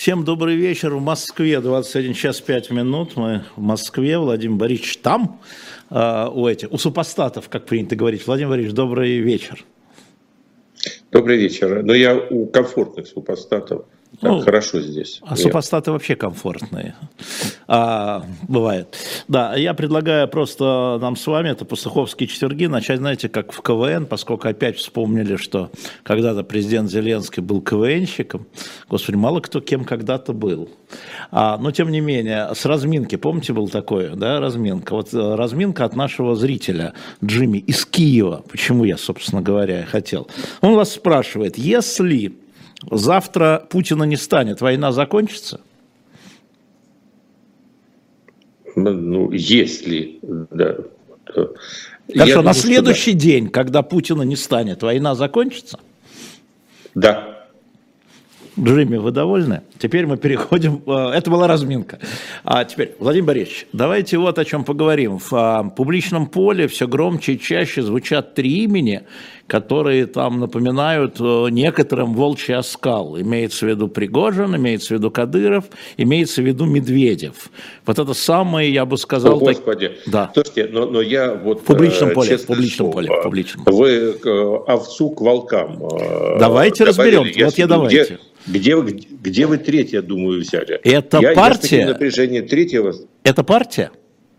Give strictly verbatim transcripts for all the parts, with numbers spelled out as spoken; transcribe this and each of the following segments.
Всем добрый вечер. В Москве двадцать один час пять минут. Мы в Москве. Владимир Борисович там, э, у этих, у супостатов, как принято говорить. Владимир Борисович, добрый вечер. Добрый вечер. Но я у комфортных супостатов. Так, ну, хорошо здесь. А супостаты вообще комфортные. А, бывает. Да, я предлагаю просто нам с вами, это пастуховские четверги, начать, знаете, как в КВН, поскольку опять вспомнили, что когда-то президент Зеленский был КВНщиком. Господи, мало кто кем когда-то был. А, но, тем не менее, с разминки, помните, был такое, да, разминка? Вот разминка от нашего зрителя Джимми из Киева, почему я, собственно говоря, хотел. Он вас спрашивает, если... завтра Путина не станет, война закончится? Ну, если, да. Хорошо, я на думаю, следующий да. день, когда Путина не станет, война закончится? Да. Джимми, вы довольны? Теперь мы переходим... Это была разминка. А теперь, Владимир Борисович, давайте вот о чем поговорим. В публичном поле все громче и чаще звучат три имени, которые там напоминают некоторым волчий оскал. Имеется в виду Пригожин, имеется в виду Кадыров, имеется в виду Медведев. Вот это самое, я бы сказал... О, Господи. Так... Да. Слушайте, но, но я вот... В публичном поле, в публичном поле, в публичном. Вы овцу к волкам... Давайте разберем. Я вот я давайте. Где, где, где вы третье, я думаю, взяли? Это я, партия? Я напряжение третьего... Это партия?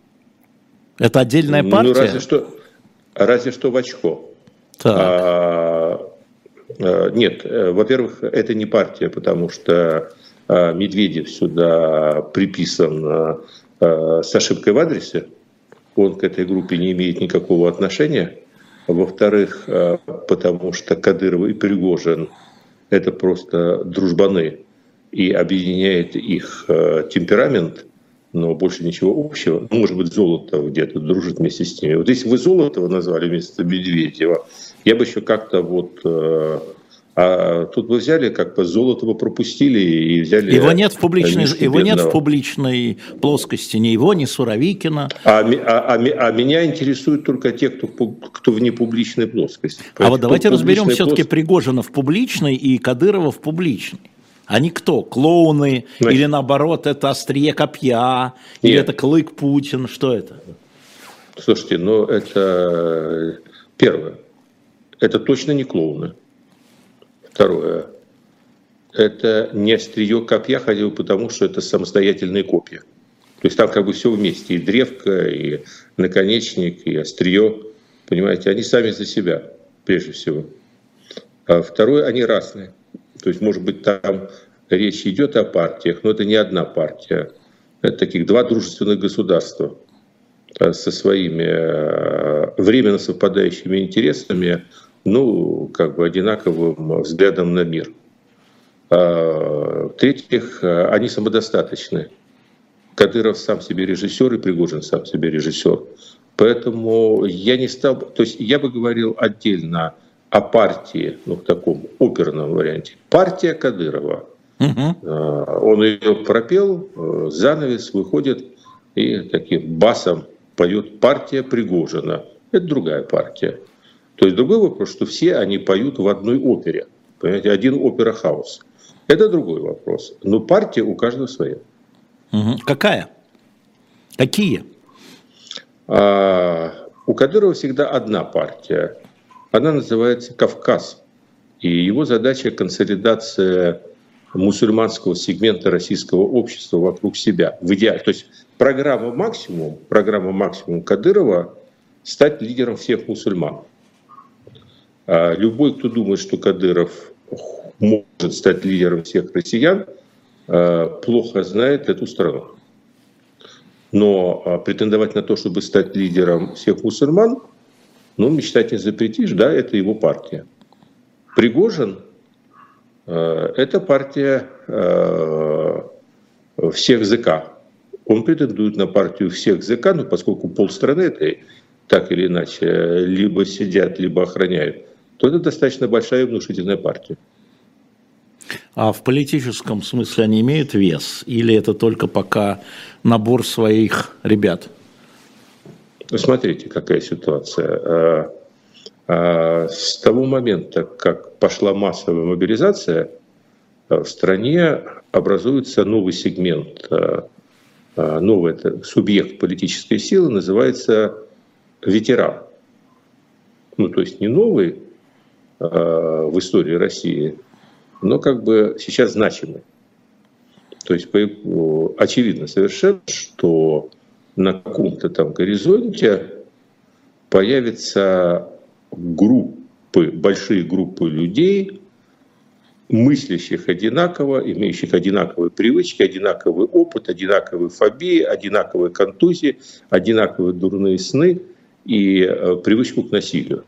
Это отдельная партия? Ну, разве что, разве что в очко. Так. А, а, нет, во-первых, это не партия, потому что а, Медведев сюда приписан а, а, с ошибкой в адресе. Он к этой группе не имеет никакого отношения. Во-вторых, а, потому что Кадыров и Пригожин это просто дружбаны, и объединяет их э, темперамент, но больше ничего общего. Может быть, Золотов где-то дружит вместе с ними. Вот если вы Золотова назвали вместо Медведева, я бы еще как-то вот... Э, а тут вы взяли, как бы Золотова пропустили и взяли... Его нет в публичной, его нет в публичной плоскости, ни его, ни Суровикина. А, а, а, а меня интересуют только те, кто, кто вне публичной плоскости. А вот давайте разберем все-таки плоск... Пригожина в публичной и Кадырова в публичной. Они кто? Клоуны? Значит, или наоборот, это острие копья? Нет. Или это клык Путин? Что это? Слушайте, ну это первое. Это точно не клоуны. Второе. Это не острие копья, хотя бы потому, что это самостоятельные копья. То есть там как бы все вместе. И древко, и наконечник, и острие. Понимаете, они сами за себя, прежде всего. А второе, они разные. То есть, может быть, там речь идет о партиях, но это не одна партия. Это таких два дружественных государства со своими временно совпадающими интересами, ну, как бы одинаковым взглядом на мир. А, в-третьих, они самодостаточны. Кадыров сам себе режиссер, и Пригожин сам себе режиссер. Поэтому я не стал... То есть я бы говорил отдельно о партии, ну, в таком оперном варианте. Партия Кадырова. Угу. Он ее пропел, занавес выходит и таким басом поет партия Пригожина. Это другая партия. То есть другой вопрос, что все они поют в одной опере. Понимаете, один опера-хаус. Это другой вопрос. Но партия у каждого своя. Угу. Какая? Какие? А, у Кадырова всегда одна партия. Она называется «Кавказ». И его задача – консолидация мусульманского сегмента российского общества вокруг себя. В идеале. То есть программа «Максимум», программа «Максимум» Кадырова – стать лидером всех мусульман. Любой, кто думает, что Кадыров может стать лидером всех россиян, плохо знает эту страну. Но претендовать на то, чтобы стать лидером всех мусульман, ну, мечтать не запретишь, да, это его партия. Пригожин – это партия всех ЗК. Он претендует на партию всех ЗК, но поскольку полстраны этой так или иначе либо сидят, либо охраняют, то это достаточно большая и внушительная партия. А в политическом смысле они имеют вес? Или это только пока набор своих ребят? Смотрите, какая ситуация. С того момента, как пошла массовая мобилизация, в стране образуется новый сегмент, новый субъект политической силы, называется ветеран. Ну, то есть не новый в истории России, но как бы сейчас значимый. То есть очевидно совершенно, что на каком-то там горизонте появятся группы, большие группы людей, мыслящих одинаково, имеющих одинаковые привычки, одинаковый опыт, одинаковые фобии, одинаковые контузии, одинаковые дурные сны и привычку к насилию.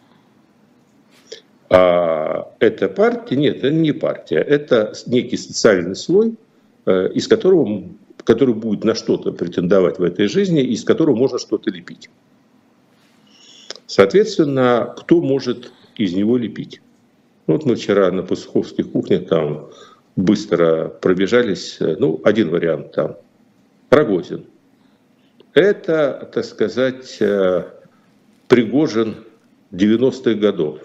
А эта партия, нет, это не партия, это некий социальный слой, из которого, который будет на что-то претендовать в этой жизни, из которого можно что-то лепить. Соответственно, кто может из него лепить? Вот мы вчера на пастуховских кухнях там быстро пробежались, ну, один вариант там, Рогозин. Это, так сказать, Пригожин девяностых годов.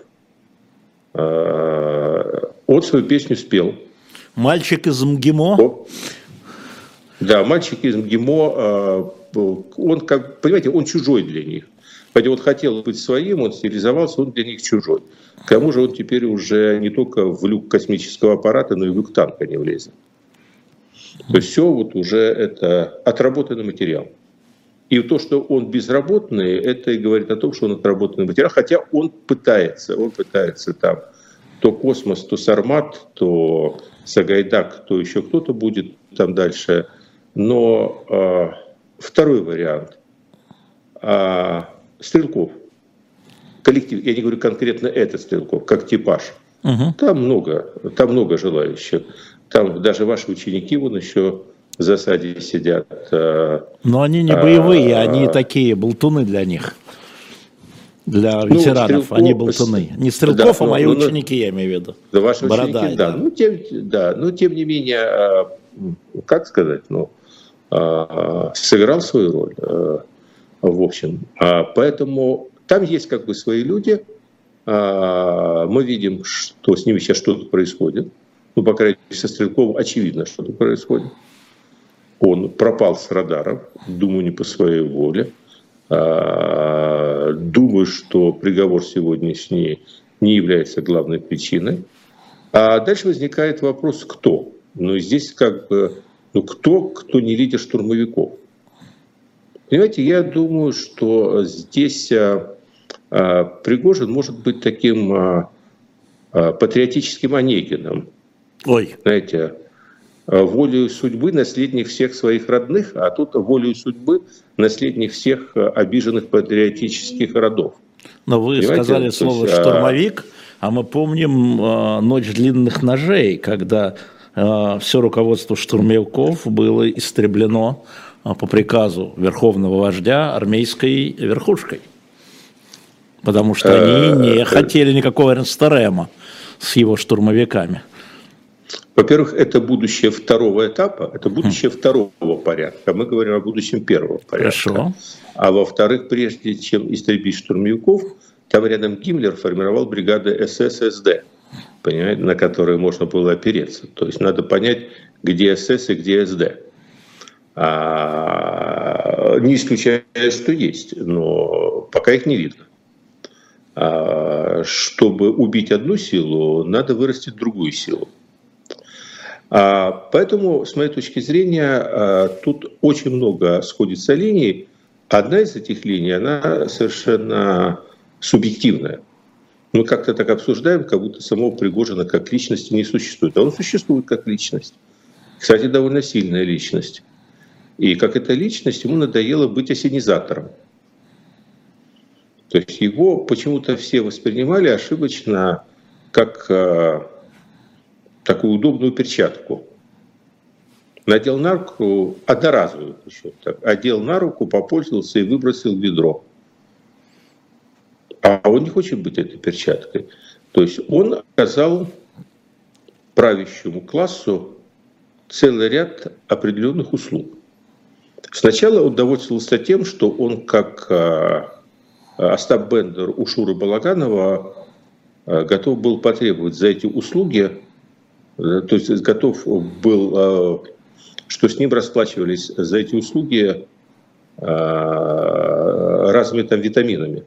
Он свою песню спел. Мальчик из МГИМО? Да, мальчик из МГИМО, он, как, понимаете, он чужой для них. Хотя он хотел быть своим, он стилизовался, он для них чужой. К тому же он теперь уже не только в люк космического аппарата, но и в люк танка не влезет. То есть все вот уже это отработанный материал. И то, что он безработный, это и говорит о том, что он отработанный материал, хотя он пытается, он пытается там то Космос, то Сармат, то Сагайдак, то еще кто-то будет там дальше. Но э, второй вариант. Э, Стрелков. Коллектив, я не говорю конкретно этот Стрелков, как типаж. Угу. Там много, там много желающих. Там даже ваши ученики вон еще в засаде сидят. Но они не боевые, а, они такие болтуны для них. Для ну, ветеранов, Стрелков, они болтуны. Не Стрелков, да, а мои но, ученики, я имею в виду. Да, ваши Борода, ученики, да. Да. Ну, тем, да. Но тем не менее, как сказать, ну, сыграл свою роль, в общем. Поэтому там есть как бы свои люди. Мы видим, что с ними сейчас что-то происходит. Ну, по крайней мере, со Стрелковым очевидно, что-то происходит. Он пропал с радаров, думаю, не по своей воле. Думаю, что приговор сегодняшний не является главной причиной. А дальше возникает вопрос, кто? Ну, здесь как бы, ну, кто, кто не лидер штурмовиков? Понимаете, я думаю, что здесь а, а, Пригожин может быть таким а, а, патриотическим Онегиным. Ой. Знаете, волею судьбы наследник всех своих родных, а тут волею судьбы наследник всех обиженных патриотических родов. Но вы Понимаете? сказали То слово есть, «штурмовик», а мы помним э, «Ночь длинных ножей», когда э, все руководство штурмовиков было истреблено э, по приказу верховного вождя армейской верхушкой. Потому что они не хотели никакого Эрнста-Рема с его штурмовиками. Во-первых, это будущее второго этапа, это будущее хм. второго порядка. Мы говорим о будущем первого порядка. Хорошо. А во-вторых, прежде чем истребить штурмовиков, там рядом Гиммлер формировал бригады эс эс эс дэ, понимаете, на которые можно было опереться. То есть надо понять, где эс эс и где эс дэ. А, не исключая, что есть, но пока их не видно. А, чтобы убить одну силу, надо вырастить другую силу. Поэтому, с моей точки зрения, тут очень много сходится линий. Одна из этих линий, она совершенно субъективная. Мы как-то так обсуждаем, как будто самого Пригожина как личности не существует. А он существует как личность. Кстати, довольно сильная личность. И как эта личность, ему надоело быть ассенизатором. То есть его почему-то все воспринимали ошибочно как... такую удобную перчатку. Надел на руку, одноразовую еще, так, одел на руку, попользовался и выбросил в ведро. А он не хочет быть этой перчаткой. То есть он оказал правящему классу целый ряд определенных услуг. Сначала он довольствовался тем, что он, как Остап Бендер у Шуры Балаганова, готов был потребовать за эти услуги То есть готов был, что с ним расплачивались за эти услуги разными там витаминами.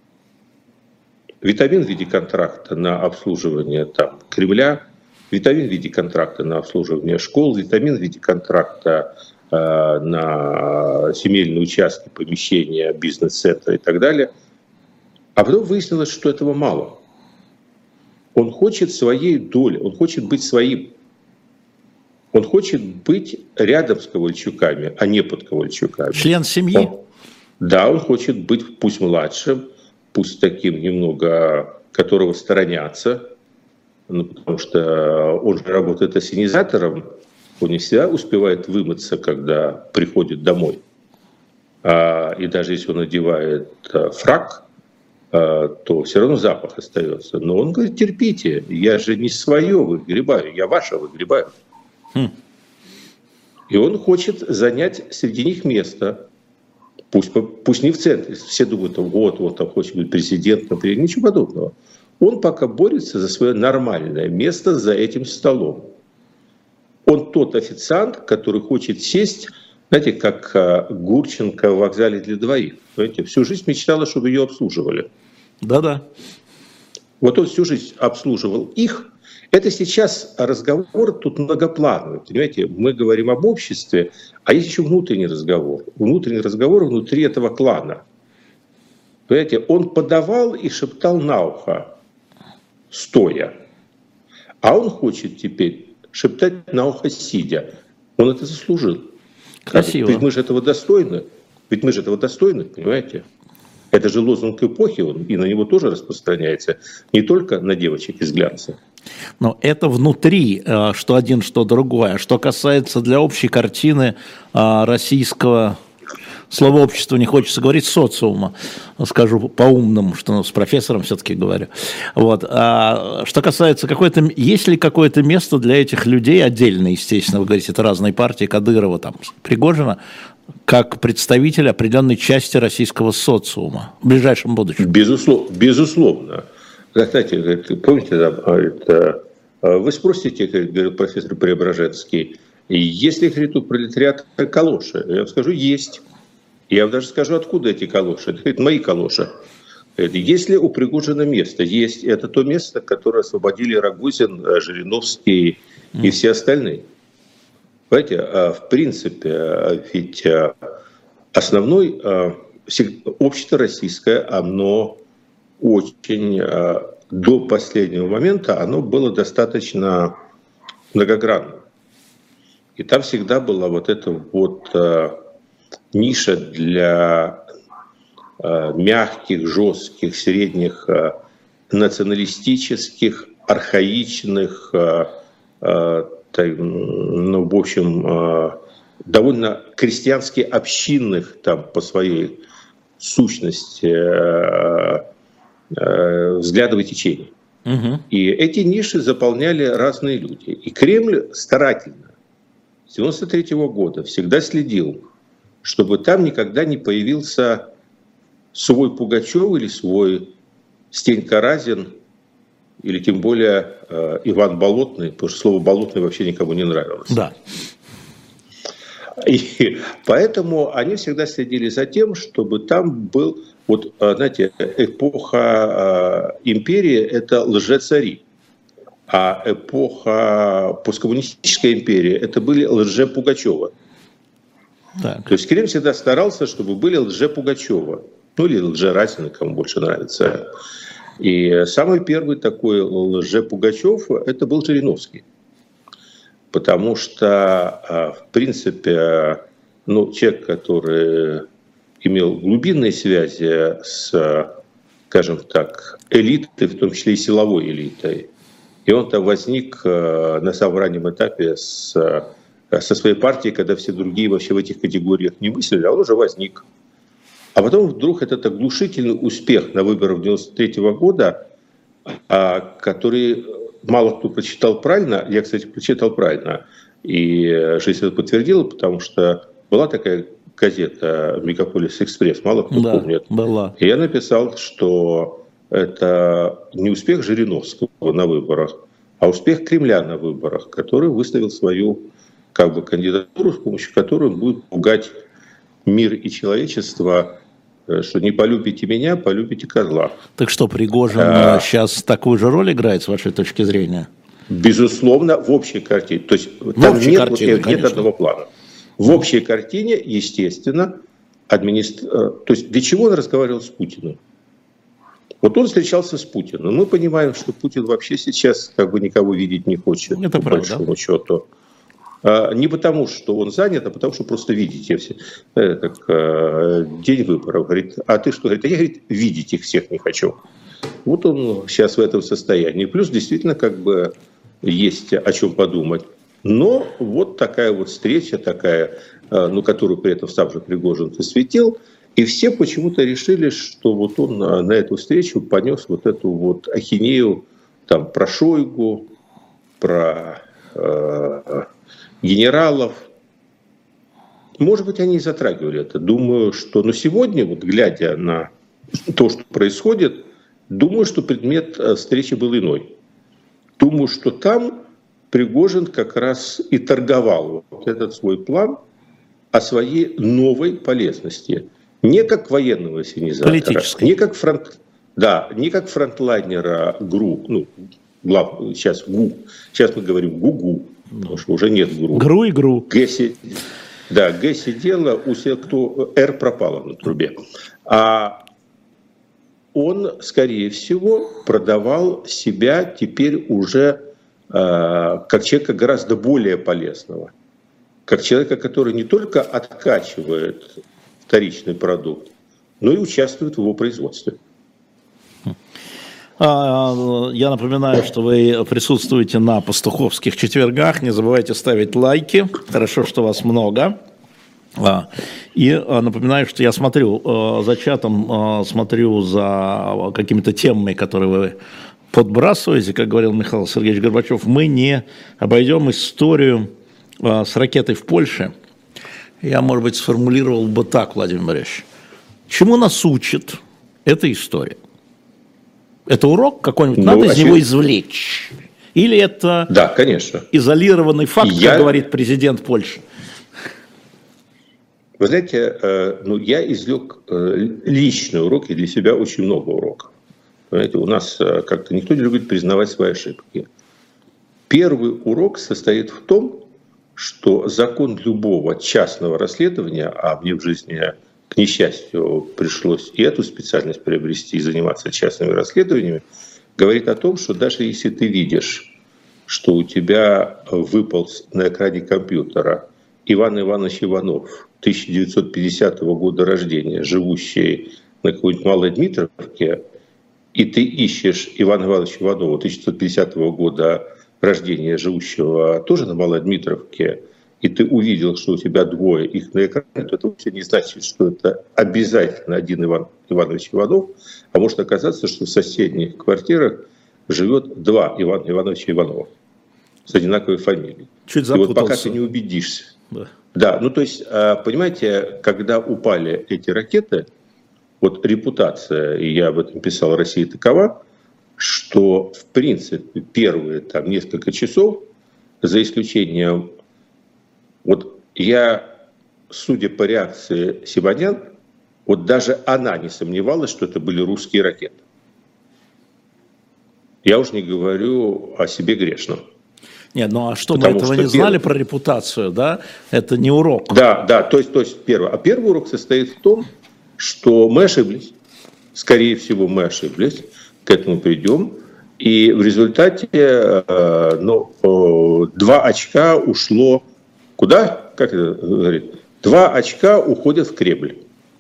Витамин в виде контракта на обслуживание там Кремля, витамин в виде контракта на обслуживание школ, витамин в виде контракта э, на земельные участки, помещения, бизнес-центры и так далее. А потом выяснилось, что этого мало. Он хочет своей доли, он хочет быть своим. Он хочет быть рядом с Ковальчуками, а не под Ковальчуками. Член семьи? Он, да, он хочет быть пусть младшим, пусть таким немного, которого сторонятся, ну, потому что он же работает ассенизатором, он не всегда успевает вымыться, когда приходит домой. А, и даже если он надевает а, фрак, а, то все равно запах остается. Но он говорит, терпите, я же не свое выгребаю, я ваше выгребаю. Хм. И он хочет занять среди них место. Пусть, пусть не в центре. Все думают, вот, вот, там хочет быть президент, например. Ничего подобного. Он пока борется за свое нормальное место за этим столом. Он тот официант, который хочет сесть, знаете, как Гурченко в вокзале для двоих. Понимаете? Всю жизнь мечтала, чтобы ее обслуживали. Да-да. Вот он всю жизнь обслуживал их. Это сейчас разговор тут многоплановый. Понимаете, мы говорим об обществе, а есть еще внутренний разговор. Внутренний разговор внутри этого клана. Понимаете, он подавал и шептал на ухо, стоя. А он хочет теперь шептать на ухо, сидя. Он это заслужил. Красиво. Ведь мы же этого достойны. Ведь мы же этого достойны, понимаете? Это же лозунг эпохи, он и на него тоже распространяется. Не только на девочек из глянца. Но это внутри, что один, что другое. Что касается для общей картины российского, слово общество не хочется говорить, социума, скажу по-умному, что с профессором все-таки говорю. Вот. А что касается какой-то, есть ли какое-то место для этих людей отдельно, естественно, вы говорите, это разные партии, Кадырова, там, Пригожина, как представитель определенной части российского социума в ближайшем будущем? Безусловно. безусловно. Кстати, помните, это, вы спросите, как говорит профессор Преображенский, есть ли, говорит, у пролетариата калоши? Я вам скажу, есть. Я вам даже скажу, откуда эти калоши. Это, говорит, мои калоши. Есть ли у Пригожина место? Есть. Это то место, которое освободили Рогозин, Жириновский и mm. все остальные. Понимаете, в принципе, ведь основной общество российское, оно очень до последнего момента оно было достаточно многогранным. И там всегда была вот эта вот ниша для мягких, жестких, средних, националистических, архаичных, ну, в общем, довольно крестьянски общинных там по своей сущности взглядов и течений. Угу. И эти ниши заполняли разные люди. И Кремль старательно с девяносто третьего года всегда следил, чтобы там никогда не появился свой Пугачев или свой Стенька Разин, или тем более э, Иван Болотный, потому что слово «болотный» вообще никому не нравилось. Да. И поэтому они всегда следили за тем, чтобы там был, вот, знаете, эпоха э, империи – это лжецари, а эпоха посткоммунистической империи – это были лже-Пугачева. Так. То есть Кремль всегда старался, чтобы были лже-Пугачева, ну или лже-Разина, кому больше нравится. И самый первый такой лже-Пугачев – это был Жириновский. Потому что, в принципе, ну, человек, который имел глубинные связи с, скажем так, элитой, в том числе и силовой элитой, и он там возник на самом раннем этапе с, со своей партией, когда все другие вообще в этих категориях не мыслили, а он уже возник. А потом вдруг этот оглушительный успех на выборах девяносто третьего года, который мало кто прочитал правильно, я, кстати, прочитал правильно, и жизнь это подтвердила, потому что была такая газета «Мегаполис Экспресс», мало кто да, помнит. Была. И я написал, что это не успех Жириновского на выборах, а успех Кремля на выборах, который выставил свою как бы кандидатуру, с помощью которой он будет пугать мир и человечество, что не полюбите меня, полюбите козла. Так что, Пригожин а, сейчас такую же роль играет, с вашей точки зрения? Безусловно, в общей картине. То есть в там нет, картине, вот, нет одного плана. В общей картине, естественно, администр... То есть для чего он разговаривал с Путиным? Вот он встречался с Путиным. Мы понимаем, что Путин вообще сейчас как бы никого видеть не хочет. Это по правда. Большому счету. А, не потому, что он занят, а потому, что просто видите все. Это как а, день выборов. Говорит, а ты что? Говорит, а я, говорит, видеть их всех не хочу. Вот он сейчас в этом состоянии. Плюс действительно как бы есть о чем подумать. Но вот такая вот встреча, такая, ну, которую при этом сам же Пригожин засветил. И все почему-то решили, что вот он на эту встречу понес вот эту вот ахинею там, про Шойгу, про э, генералов. Может быть, они и затрагивали это. Думаю, что но сегодня, вот глядя на то, что происходит, думаю, что предмет встречи был иной. Думаю, что там Пригожин как раз и торговал вот этот свой план о своей новой полезности. Не как военного синизатора, не как, фронт, да, не как фронтлайнера ГРУ, ну, глав, сейчас ГУ, сейчас мы говорим ГУГУ, потому что уже нет ГРУ. ГРУ и ГРУ. Г, да, Г сидела, у всех, кто Р пропала на трубе. А он, скорее всего, продавал себя теперь уже э, как человека гораздо более полезного. Как человека, который не только откачивает вторичный продукт, но и участвует в его производстве. Я напоминаю, что вы присутствуете на пастуховских четвергах. Не забывайте ставить лайки. Хорошо, что вас много. И напоминаю, что я смотрю за чатом, смотрю за какими-то темами, которые вы подбрасываете. Как говорил Михаил Сергеевич Горбачев, мы не обойдем историю с ракетой в Польше. Я, может быть, сформулировал бы так, Владимир Борисович. Чему нас учит эта история? Это урок какой-нибудь, ну, надо из очевидно. него извлечь? Или это да, конечно. изолированный факт, я... как говорит президент Польши? Вы знаете, ну, я извлек личный урок, и для себя очень много уроков. Понимаете, у нас как-то никто не любит признавать свои ошибки. Первый урок состоит в том, что закон любого частного расследования, а мне в жизни, к несчастью, пришлось и эту специальность приобрести, и заниматься частными расследованиями, говорит о том, что даже если ты видишь, что у тебя выпал на экране компьютера Иван Иванович Иванов, тысяча девятьсот пятидесятого года рождения, живущий на какой-нибудь Малой Дмитровке, и ты ищешь Ивана Ивановича Иванова, тысяча девятьсот пятидесятого года рождения, живущего тоже на Малой Дмитровке, и ты увидел, что у тебя двое их на экране, то это вообще не значит, что это обязательно один Иван Иванович Иванов, а может оказаться, что в соседних квартирах живет два Ивана Ивановича Иванова с одинаковой фамилией. Чуть запутался. И вот пока ты не убедишься. Да. Да, ну то есть, понимаете, когда упали эти ракеты, вот репутация, и я об этом писал, России такова, что, в принципе, первые там несколько часов, за исключением, вот я, судя по реакции Симонян, вот даже она не сомневалась, что это были русские ракеты. Я уж не говорю о себе грешном. Нет, ну а что, Потому мы этого что не знали первый... про репутацию, да? Это не урок. Да, да, то есть, то есть первый. А первый урок состоит в том, что мы ошиблись. Скорее всего, мы ошиблись. К этому придем. И в результате э, ну, э, два очка ушло куда? Как это говорит? Два очка уходят в Кремль.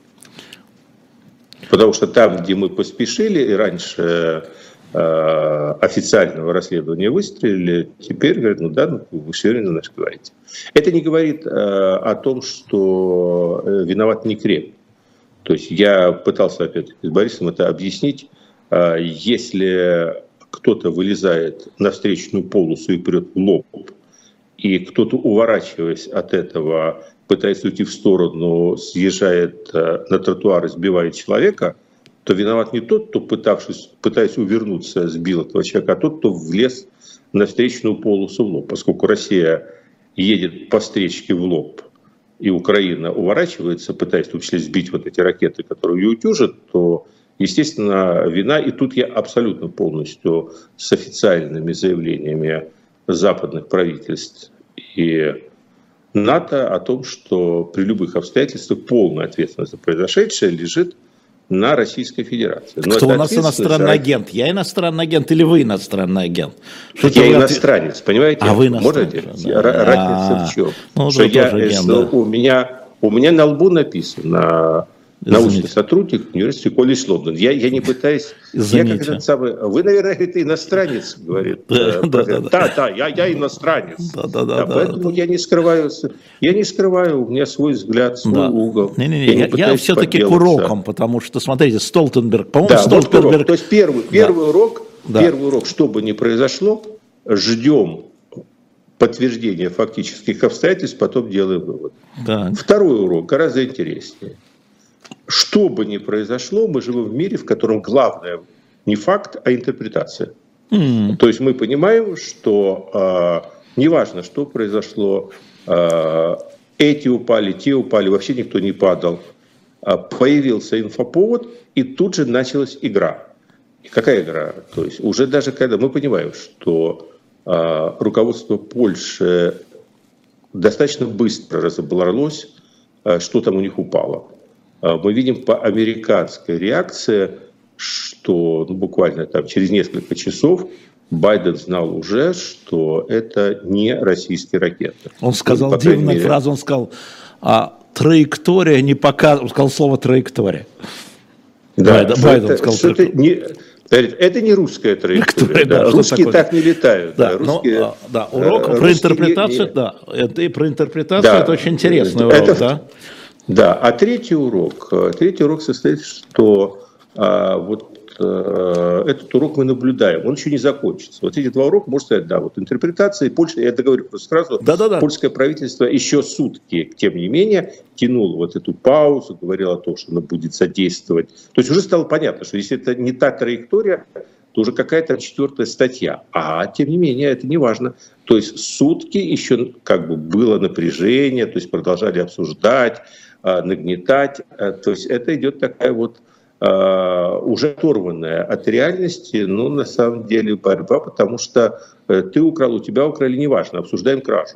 Потому что там, где мы поспешили, и раньше э, официального расследования выстрелили, теперь говорят, ну да, ну, вы все время нас говорите. Это не говорит э, о том, что э, виноват не Кремль. То есть я пытался опять с Борисом это объяснить. Э, если кто-то вылезает на встречную полосу и прет в лоб, и кто-то, уворачиваясь от этого, пытается уйти в сторону, съезжает на тротуар и сбивает человека, то виноват не тот, кто, пытавшись, пытаясь увернуться, сбил этого человека, а тот, кто влез на встречную полосу в лоб. Поскольку Россия едет по встречке в лоб, и Украина уворачивается, пытаясь в том числе сбить вот эти ракеты, которые ее утюжат, то, естественно, вина, и тут я абсолютно полностью с официальными заявлениями западных правительств и НАТО о том, что при любых обстоятельствах полная ответственность за произошедшее лежит на Российской Федерации. Но кто у нас иностранный агент? Я иностранный агент или вы иностранный агент? Что я вы... иностранец, понимаете? А вы иностранец? Да. Разница в чем? Ну, что я, агент, да. у, меня, у меня на лбу написано научный сотрудник университета колледж Лондон. Я, я не пытаюсь... Я как этот самый, вы, наверное, это иностранец, говорит. Да, да, да, да, да, я, я иностранец. Да, да, да, да, поэтому да. я не скрываю, я не скрываю, у меня свой взгляд, свой да. угол. Не, не, не, я, я, я все-таки к урокам, потому что, смотрите, Столтенберг, по-моему, да, Столтенберг... Вот урок. То есть первый, первый, да. урок, да. первый урок, что бы ни произошло, ждем подтверждения фактических обстоятельств, потом делаем вывод. Да. Второй урок гораздо интереснее. Что бы ни произошло, мы живем в мире, в котором главное не факт, а интерпретация. Mm. То есть мы понимаем, что э, неважно, что произошло, э, эти упали, те упали, вообще никто не падал. Э, появился инфоповод, и тут же началась игра. И какая игра? То есть уже даже когда мы понимаем, что э, руководство Польши достаточно быстро разобралось, э, что там у них упало. Мы видим по американской реакции, что ну, буквально там через несколько часов Байден знал уже, что это не российские ракеты. Он сказал дивную мере... фразу, он сказал, а траектория не показывает, он сказал слово траектория. Да, Байден, Байден это, сказал траектория. Это не русская траектория. Да, да, русские такое? Так не летают. Да, да, русские, но, да урок э, про интерпретацию, не, да, это, и про интерпретацию да, это очень интересный урок, это, да. Да, а третий урок, третий урок состоит, что а, вот а, этот урок мы наблюдаем, он еще не закончится. Вот эти два урока, можно сказать, да, вот интерпретация, и Польша, я это говорю просто сразу, да, да, да. Польское правительство еще сутки, тем не менее, тянуло вот эту паузу, говорило о том, что оно будет содействовать. То есть уже стало понятно, что если это не та траектория, то уже какая-то четвертая статья. А тем не менее, это не важно. То есть сутки еще как бы было напряжение, то есть продолжали обсуждать, нагнетать. То есть это идет такая вот уже оторванная от реальности, но на самом деле борьба, потому что ты украл, у тебя украли, неважно, обсуждаем кражу.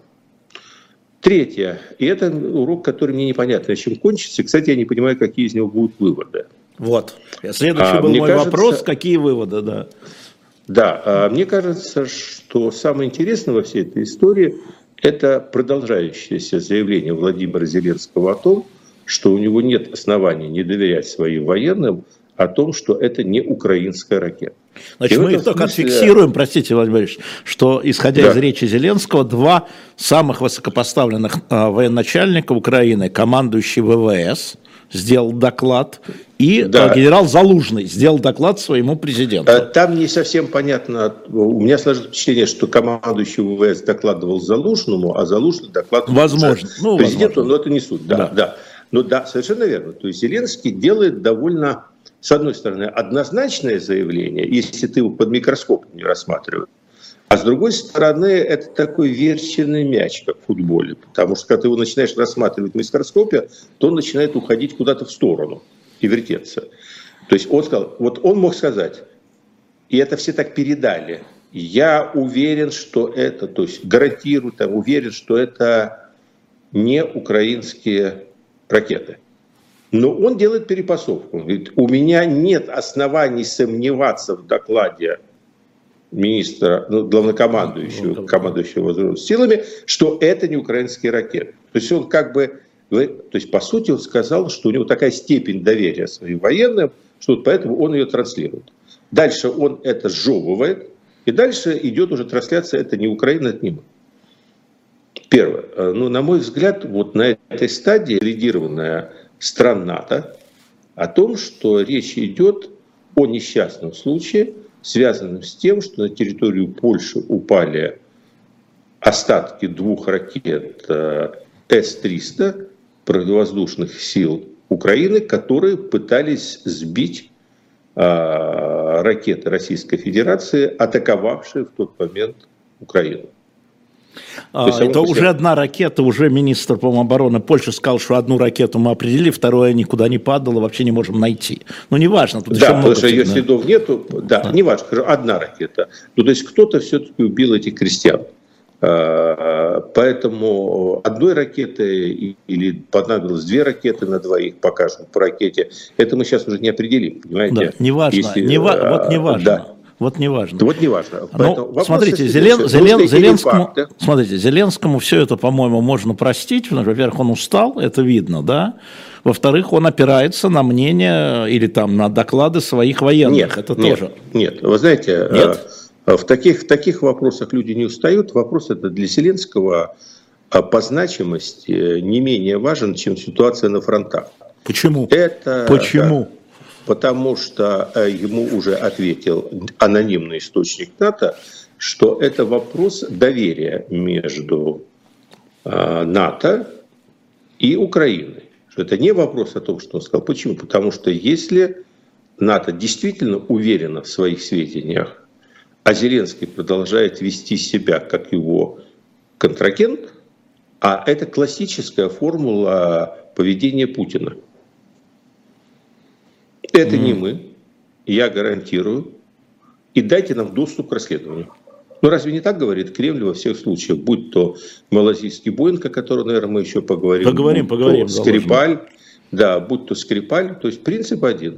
Третье, и это урок, который мне непонятно, чем кончится. Кстати, я не понимаю, какие из него будут выводы. Вот. Следующий а, был мой кажется, вопрос, какие выводы, да. Да, а, мне кажется, что самое интересное во всей этой истории это продолжающееся заявление Владимира Зеленского о том, что у него нет оснований не доверять своим военным, о том, что это не украинская ракета. Значит, мы только смысле... отфиксируем, простите, Владимир Владимирович, что, исходя да. из речи Зеленского, два самых высокопоставленных э, военачальника Украины, командующий ВВС, сделал доклад, и да. генерал Залужный сделал доклад своему президенту. Там не совсем понятно, у меня сложилось впечатление, что командующий ВВС докладывал Залужному, а Залужный докладывал возможно. Ну, президенту, возможно. Но это не суть. Да, да. Да. Ну да, совершенно верно. То есть Зеленский делает довольно, с одной стороны, однозначное заявление, если ты его под микроскопом не рассматриваешь, а с другой стороны, это такой верченный мяч, как в футболе. Потому что когда ты его начинаешь рассматривать в микроскопе, то он начинает уходить куда-то в сторону и вертеться. То есть он сказал, вот он мог сказать, и это все так передали, я уверен, что это, то есть гарантирую, там, уверен, что это не украинские ракеты. Но он делает перепасовку. Он говорит, у меня нет оснований сомневаться в докладе министра, ну, главнокомандующего, командующего воздушными силами, что это не украинские ракеты. То есть он как бы, то есть по сути он сказал, что у него такая степень доверия своим военным, что вот поэтому он ее транслирует. Дальше он это сжевывает, и дальше идет уже трансляция, это не Украина, это не мы. Первое. Ну, на мой взгляд, вот на этой стадии лидированная стран НАТО о том, что речь идет о несчастном случае, связанном с тем, что на территорию Польши упали остатки двух ракет эс триста противовоздушных сил Украины, которые пытались сбить ракеты Российской Федерации, атаковавшие в тот момент Украину. А, это после... уже одна ракета, уже министр, по-моему, обороны Польши сказал, что одну ракету мы определили, вторая никуда не падала, вообще не можем найти. Ну, неважно. Тут да, потому что ее следов нету. Да, да. Неважно, скажу, одна ракета. Ну, то есть кто-то все-таки убил этих крестьян. Поэтому одной ракеты или понадобилось две ракеты на двоих, покажем по ракете, это мы сейчас уже не определим, понимаете? Да, неважно, Если, не ва- вот неважно. Да. Вот не важно. Вот не важно. Ну, смотрите, Зелен, Зелен, Зеленскому, смотрите, Зеленскому все это, по-моему, можно простить. Во-первых, он устал, это видно, да. Во-вторых, он опирается на мнение или там на доклады своих военных. Нет, это нет, тоже. Нет, вы знаете, нет? В, таких, в таких вопросах люди не устают. Вопрос это для Зеленского по значимости не менее важен, чем ситуация на фронтах. Почему? Это, Почему? Да, потому что ему уже ответил анонимный источник НАТО, что это вопрос доверия между НАТО и Украиной. Что это не вопрос о том, что он сказал. Почему? Потому что если НАТО действительно уверено в своих сведениях, а Зеленский продолжает вести себя как его контрагент, а это классическая формула поведения Путина. Это mm. не мы, я гарантирую. И дайте нам доступ к расследованию. Ну разве не так говорит Кремль во всех случаях? Будь то малазийский Боинг, о котором, наверное, мы еще поговорим. Поговорим, будь поговорим. То Скрипаль, да, будь то Скрипаль. То есть принцип один.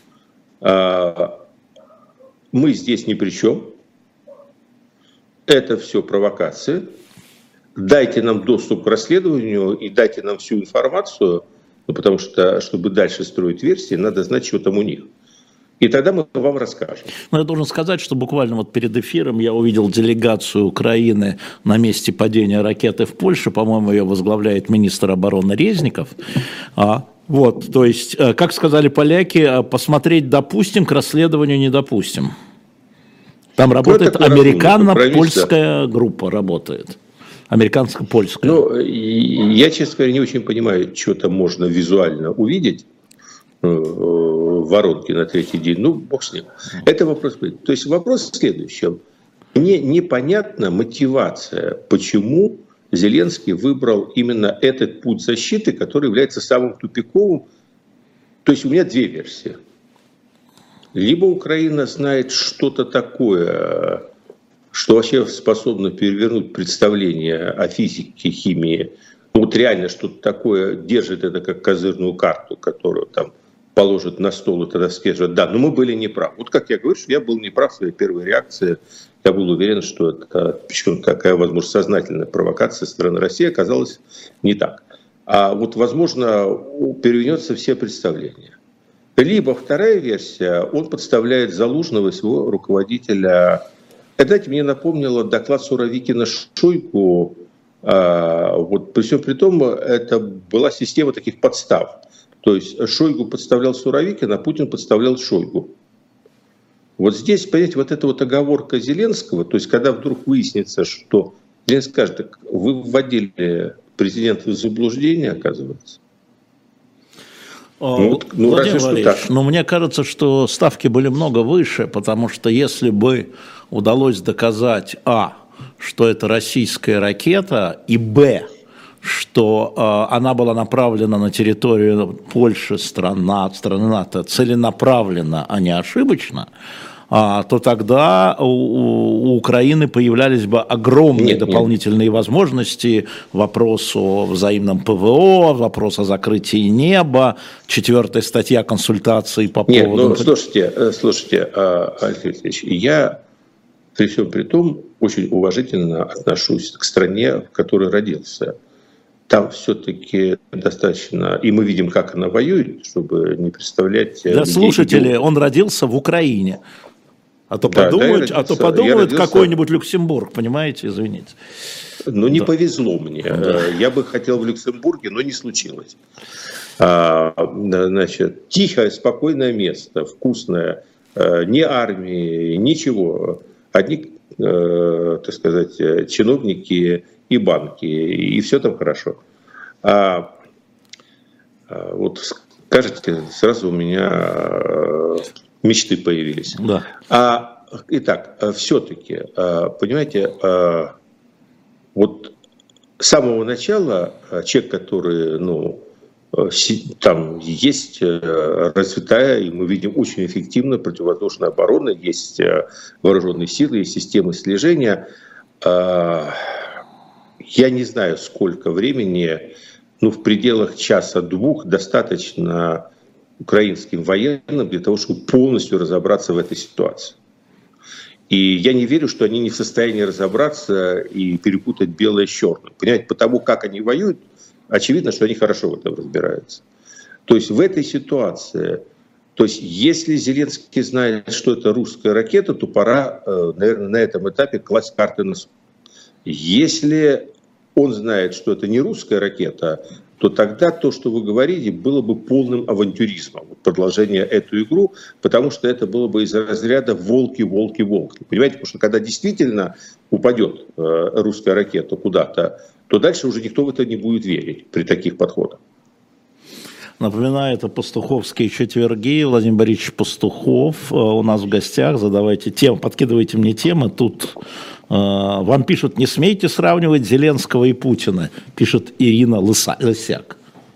Мы здесь ни при чем. Это все провокация. Дайте нам доступ к расследованию и дайте нам всю информацию, ну, потому что, чтобы дальше строить версии, надо знать, что там у них. И тогда мы вам расскажем. Но я должен сказать, что буквально вот перед эфиром я увидел делегацию Украины на месте падения ракеты в Польше. По-моему, ее возглавляет министр обороны Резников. А, вот, то есть, как сказали поляки, посмотреть допустим, к расследованию не допустим. Там работает американо-польская группа, работает. Американско-польская. Ну, я, честно говоря, не очень понимаю, что там можно визуально увидеть в воронке на третий день. Ну, бог с ним. Это вопрос. То есть вопрос в следующем. Мне непонятна мотивация, почему Зеленский выбрал именно этот путь защиты, который является самым тупиковым. То есть у меня две версии. Либо Украина знает что-то такое, что вообще способно перевернуть представление о физике, химии. Ну, вот реально что-то такое держит это как козырную карту, которую там положат на стол и тогда скажут, да, но мы были неправы. Вот как я говорю, что я был неправ в своей первой реакции. Я был уверен, что это, причем такая, возможно, сознательная провокация со стороны России оказалась не так. А вот, возможно, перевернется все представления. Либо вторая версия, он подставляет Залужного, своего руководителя. Это, знаете, мне напомнило доклад Суровикина Шойгу. Вот, при всем при том, это была система таких подстав. То есть Шойгу подставлял Суровикина, а Путин подставлял Шойгу. Вот здесь, понимаете, вот эта вот оговорка Зеленского, то есть когда вдруг выяснится, что Зеленский скажет, так вы вводили президента в заблуждение, оказывается. Ну, вот, ну, Владимир Валерьевич, но мне кажется, что ставки были много выше, потому что если бы удалось доказать, а, что это российская ракета, и, б, что э, она была направлена на территорию Польши, страна, страны НАТО, целенаправленно, а не ошибочно, а, то тогда у, у Украины появлялись бы огромные нет, дополнительные нет. возможности, вопрос о взаимном ПВО, вопрос о закрытии неба, четвертая статья консультаций по нет, поводу... Ну, слушайте, слушайте, Алексей Алексеевич, я при всем при том очень уважительно отношусь к стране, в которой родился. Там все-таки достаточно, и мы видим, как она воюет, чтобы не представлять... Для слушателей, он родился в Украине. А то да, подумают, да, родился, а то подумают родился... какой-нибудь Люксембург, понимаете, извините. Ну, не да. повезло мне. Да. Я бы хотел в Люксембурге, но не случилось. А, значит, тихое, спокойное место, вкусное, ни армии, ничего. Одни, так сказать, чиновники и банки, и все там хорошо. А, вот скажете, сразу у меня... мечты появились. Да. А итак, все-таки, понимаете, вот с самого начала человек, который, ну, там есть развитая, и мы видим очень эффективная противовоздушная оборона, есть вооруженные силы, есть системы слежения. Я не знаю, сколько времени, ну, в пределах часа-двух достаточно украинским военным для того, чтобы полностью разобраться в этой ситуации. И я не верю, что они не в состоянии разобраться и перепутать белое с черным. Понимаете, потому как они воюют, очевидно, что они хорошо в этом разбираются. То есть в этой ситуации, то есть если Зеленский знает, что это русская ракета, то пора, наверное, на этом этапе класть карты на стол. Если он знает, что это не русская ракета, то тогда то, что вы говорите, было бы полным авантюризмом, продолжение эту игру, потому что это было бы из разряда «волки, волки, волки». Понимаете, потому что когда действительно упадет русская ракета куда-то, то дальше уже никто в это не будет верить при таких подходах. Напоминаю, это пастуховские четверги. Владимир Борисович Пастухов у нас в гостях. Задавайте темы, подкидывайте мне темы. Тут э, вам пишут: не смейте сравнивать Зеленского и Путина, пишет Ирина Лыса, Лысяк.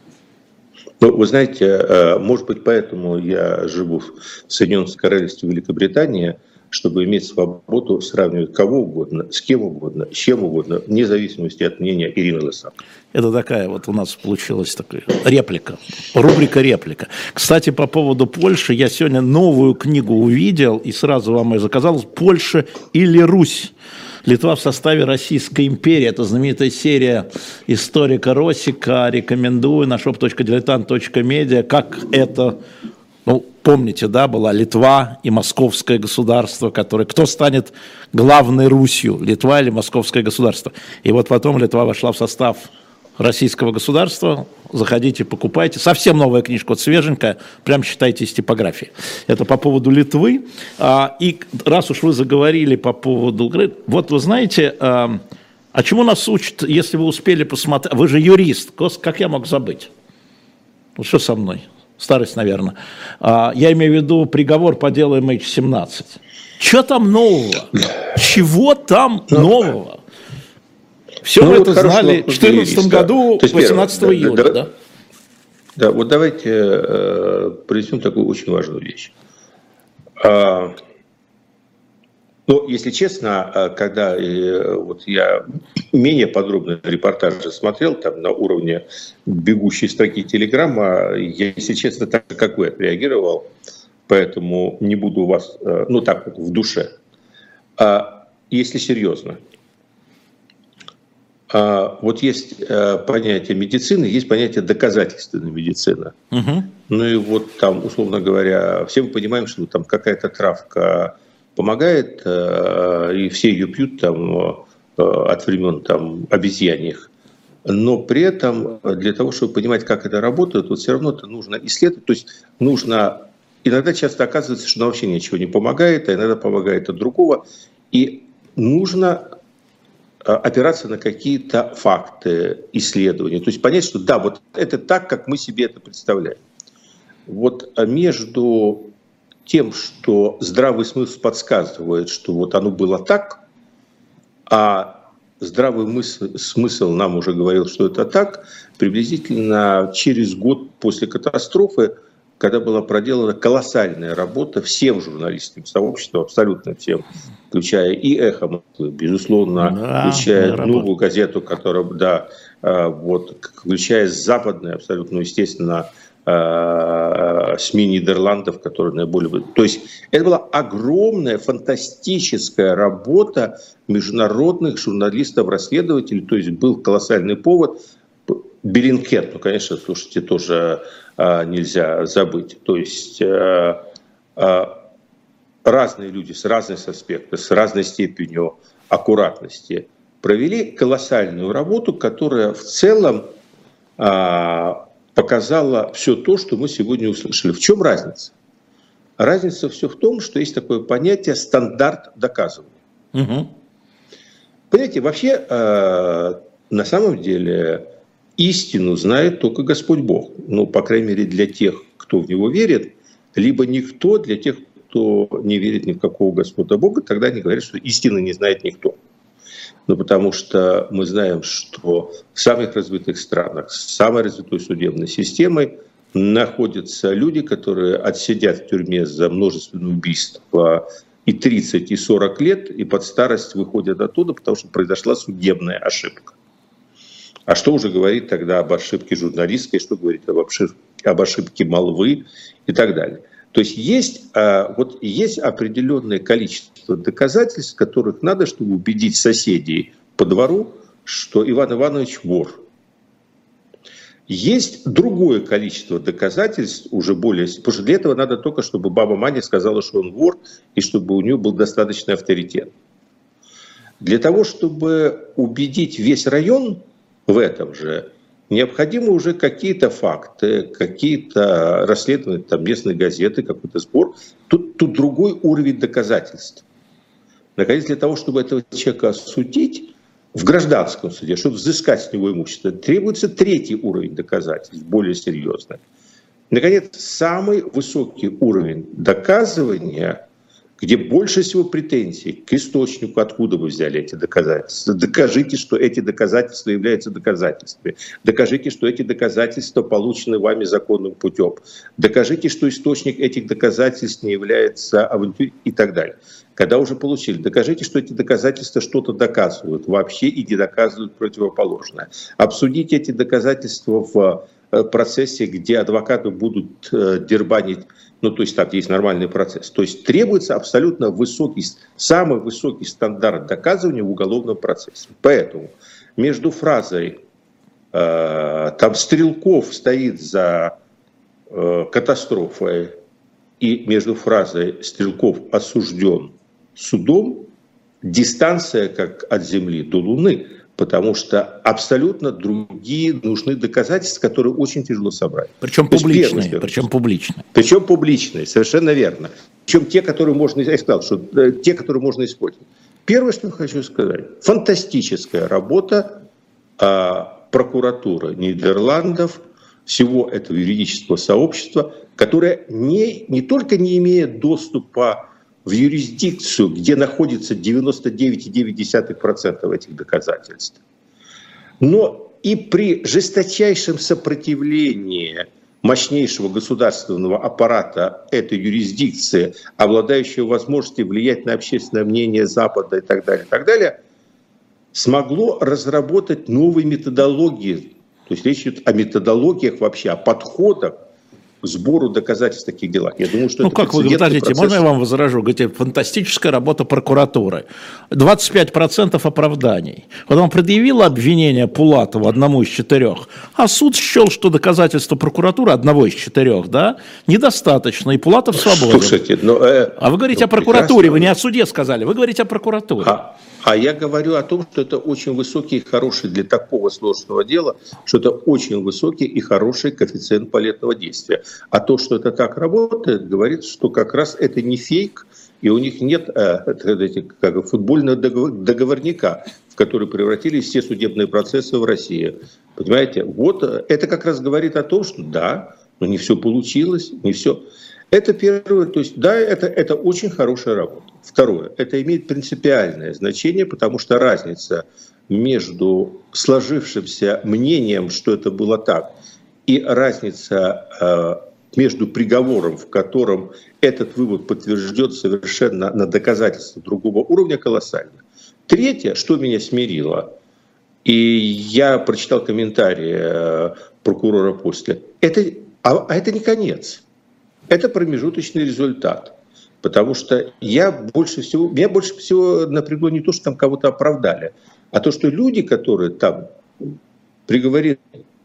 Ну, вы знаете, может быть, поэтому я живу в Соединенном Королевстве Великобритании, чтобы иметь свободу сравнивать кого угодно, с кем угодно, с чем угодно, вне зависимости от мнения Ирины Лысак. Это такая вот у нас получилась такая реплика, рубрика реплика. Кстати, по поводу Польши, я сегодня новую книгу увидел и сразу вам ее заказал: «Польша или Русь? Литва в составе Российской империи». Это знаменитая серия историка Росика. Рекомендую на шоп точка дилетант точка медиа. Как это... Ну, помните, да, была Литва и Московское государство, которое... Кто станет главной Русью, Литва или Московское государство? И вот потом Литва вошла в состав Российского государства. Заходите, покупайте. Совсем новая книжка, вот свеженькая, прям читайте из типографии. Это по поводу Литвы. И раз уж вы заговорили по поводу... Вот вы знаете, а чему нас учат, если вы успели посмотреть... Вы же юрист, как я мог забыть? Вот что со мной? Старость, наверное. А, я имею в виду приговор по делу эм эйч семнадцать. Что там нового? Чего там ну, нового? Все ну, мы вот это знали в две тысячи четырнадцатом году, восемнадцатого июля. Да, да? Да, вот давайте э, произнесем такую очень важную вещь. А, ну, если честно, когда э, вот я менее подробно репортажи смотрел там на уровне бегущей строки телеграмма, я, если честно, так же, как вы, отреагировал, поэтому не буду у вас, э, ну так вот, в душе. А, если серьезно, а, вот есть э, понятие медицины, есть понятие доказательственной медицины. Угу. Ну и вот там, условно говоря, все мы понимаем, что там какая-то травка помогает, и все ее пьют там от времен там обезьяньих. Но при этом для того, чтобы понимать, как это работает, вот все равно это нужно исследовать. То есть нужно... Иногда часто оказывается, что вообще ничего не помогает, а иногда помогает от другого. И нужно опираться на какие-то факты, исследования. То есть понять, что да, вот это так, как мы себе это представляем. Вот между тем, что здравый смысл подсказывает, что вот оно было так, а здравый мысль, смысл нам уже говорил, что это так, приблизительно через год после катастрофы, когда была проделана колоссальная работа всем журналистским сообществом, абсолютно всем, включая и «Эхо Москвы», безусловно, да, включая новую газету, которая, да, вот, включая западные, абсолютно, естественно, СМИ Нидерландов, которые наиболее... То есть это была огромная, фантастическая работа международных журналистов-расследователей, то есть был колоссальный повод. Беллинкет, ну, конечно, слушайте, тоже а, нельзя забыть. То есть а, а, разные люди с разных аспектов, с разной степенью аккуратности провели колоссальную работу, которая в целом... А, показала все то, что мы сегодня услышали. В чем разница? Разница все в том, что есть такое понятие стандарт доказывания. Угу. Понимаете, вообще э, на самом деле истину знает только Господь Бог. Ну, по крайней мере, для тех, кто в Него верит, либо никто для тех, кто кто не верит ни в какого Господа Бога, тогда они говорят, что истины не знает никто. Ну, потому что мы знаем, что в самых развитых странах с самой развитой судебной системой находятся люди, которые отсидят в тюрьме за множественные убийства и тридцать, и сорок лет, и под старость выходят оттуда, потому что произошла судебная ошибка. А что уже говорить тогда об ошибке журналистской, что говорить об ошибке, об ошибке молвы и так далее. То есть есть, вот есть определенное количество доказательств, которых надо, чтобы убедить соседей по двору, что Иван Иванович вор. Есть другое количество доказательств, уже более... Потому что для этого надо только, чтобы баба Маня сказала, что он вор, и чтобы у нее был достаточный авторитет. Для того, чтобы убедить весь район в этом же, необходимы уже какие-то факты, какие-то расследования, там, местной газеты, какой-то сбор. Тут, тут другой уровень доказательств. Наконец, для того, чтобы этого человека осудить в гражданском суде, чтобы взыскать с него имущество, требуется третий уровень доказательств, более серьезный. Наконец, самый высокий уровень доказывания, где больше всего претензий к источнику, откуда вы взяли эти доказательства. Докажите, что эти доказательства являются доказательствами. Докажите, что эти доказательства получены вами законным путем. Докажите, что источник этих доказательств не является авантюрой и так далее. Когда уже получили, докажите, что эти доказательства что-то доказывают вообще и не доказывают противоположное. Обсудите эти доказательства в процессе, где адвокаты будут дербанить. Ну, то есть там есть нормальный процесс. То есть требуется абсолютно высокий, самый высокий стандарт доказывания в уголовном процессе. Поэтому между фразой э, там Стрелков стоит за э, катастрофой и между фразой Стрелков осужден судом дистанция как от Земли до Луны. Потому что абсолютно другие нужны доказательства, которые очень тяжело собрать. Причем публичные, первый, причем публичные. Причем публичные, совершенно верно. Причем те, которые можно, я сказал, что те, которые можно использовать. Первое, что хочу сказать, фантастическая работа а, прокуратуры Нидерландов, всего этого юридического сообщества, которое не, не только не имеет доступа в юрисдикцию, где находится девяносто девять целых девять десятых процента этих доказательств. Но и при жесточайшем сопротивлении мощнейшего государственного аппарата этой юрисдикции, обладающего возможностью влиять на общественное мнение Запада и так далее, и так далее, смогло разработать новые методологии. То есть речь идет о методологиях вообще, о подходах к сбору доказательств в таких делах. Я думаю, что ну, это как вы говорите, процесс... можно я вам возражу? Говорите, фантастическая работа прокуратуры. двадцать пять процентов оправданий. Вот он предъявил обвинение Пулатову, одному из четырех, а суд счел, что доказательства прокуратуры, одного из четырех, да, недостаточно, и Пулатов свободен. Слушайте, но, э, а вы говорите ну, о прокуратуре, прекрасно. Вы не о суде сказали, вы говорите о прокуратуре. А, а я говорю о том, что это очень высокий и хороший для такого сложного дела, что это очень высокий и хороший коэффициент полетного действия. А то, что это так работает, говорит, что как раз это не фейк, и у них нет э, как, футбольного договорника, в который превратились все судебные процессы в России. Понимаете, вот это как раз говорит о том, что да, но не все получилось, не все. Это первое, то есть да, это, это очень хорошая работа. Второе, это имеет принципиальное значение, потому что разница между сложившимся мнением, что это было так, и разница э, между приговором, в котором этот вывод подтвержден совершенно на доказательства другого уровня, колоссальна. Третье, что меня смирило, и я прочитал комментарии э, прокурора после, это, а, а это не конец. Это промежуточный результат. Потому что я больше всего, меня больше всего напрягло не то, что там кого-то оправдали, а то, что люди, которые там приговорили,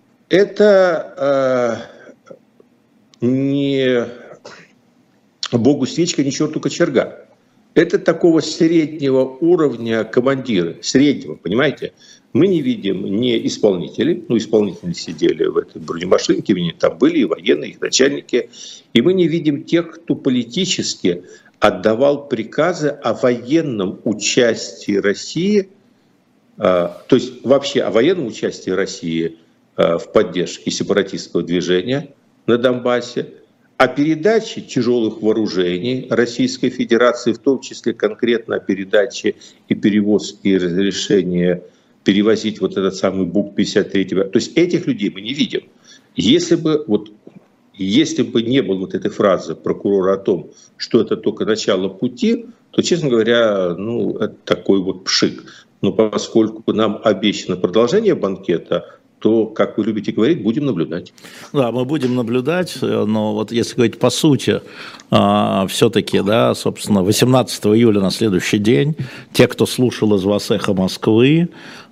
это э, не богу свечка, не черту кочерга. Это такого среднего уровня командиры, среднего, понимаете? Мы не видим ни исполнителей, ну исполнители сидели в этой бронемашинке, они там были и военные, их начальники, и мы не видим тех, кто политически отдавал приказы о военном участии России, э, то есть вообще о военном участии России в поддержке сепаратистского движения на Донбассе, о передаче тяжелых вооружений Российской Федерации, в том числе конкретно о передаче и перевозке и разрешении перевозить вот этот самый БУК пятьдесят три. То есть этих людей мы не видим. Если бы, вот, если бы не было вот этой фразы прокурора о том, что это только начало пути, то, честно говоря, ну, это такой вот пшик. Но поскольку нам обещано продолжение банкета, то, как вы любите говорить, будем наблюдать. Да, мы будем наблюдать, но вот если говорить по сути, все-таки, да, собственно, восемнадцатого июля на следующий день, те, кто слушал из вас «Эхо Москвы»,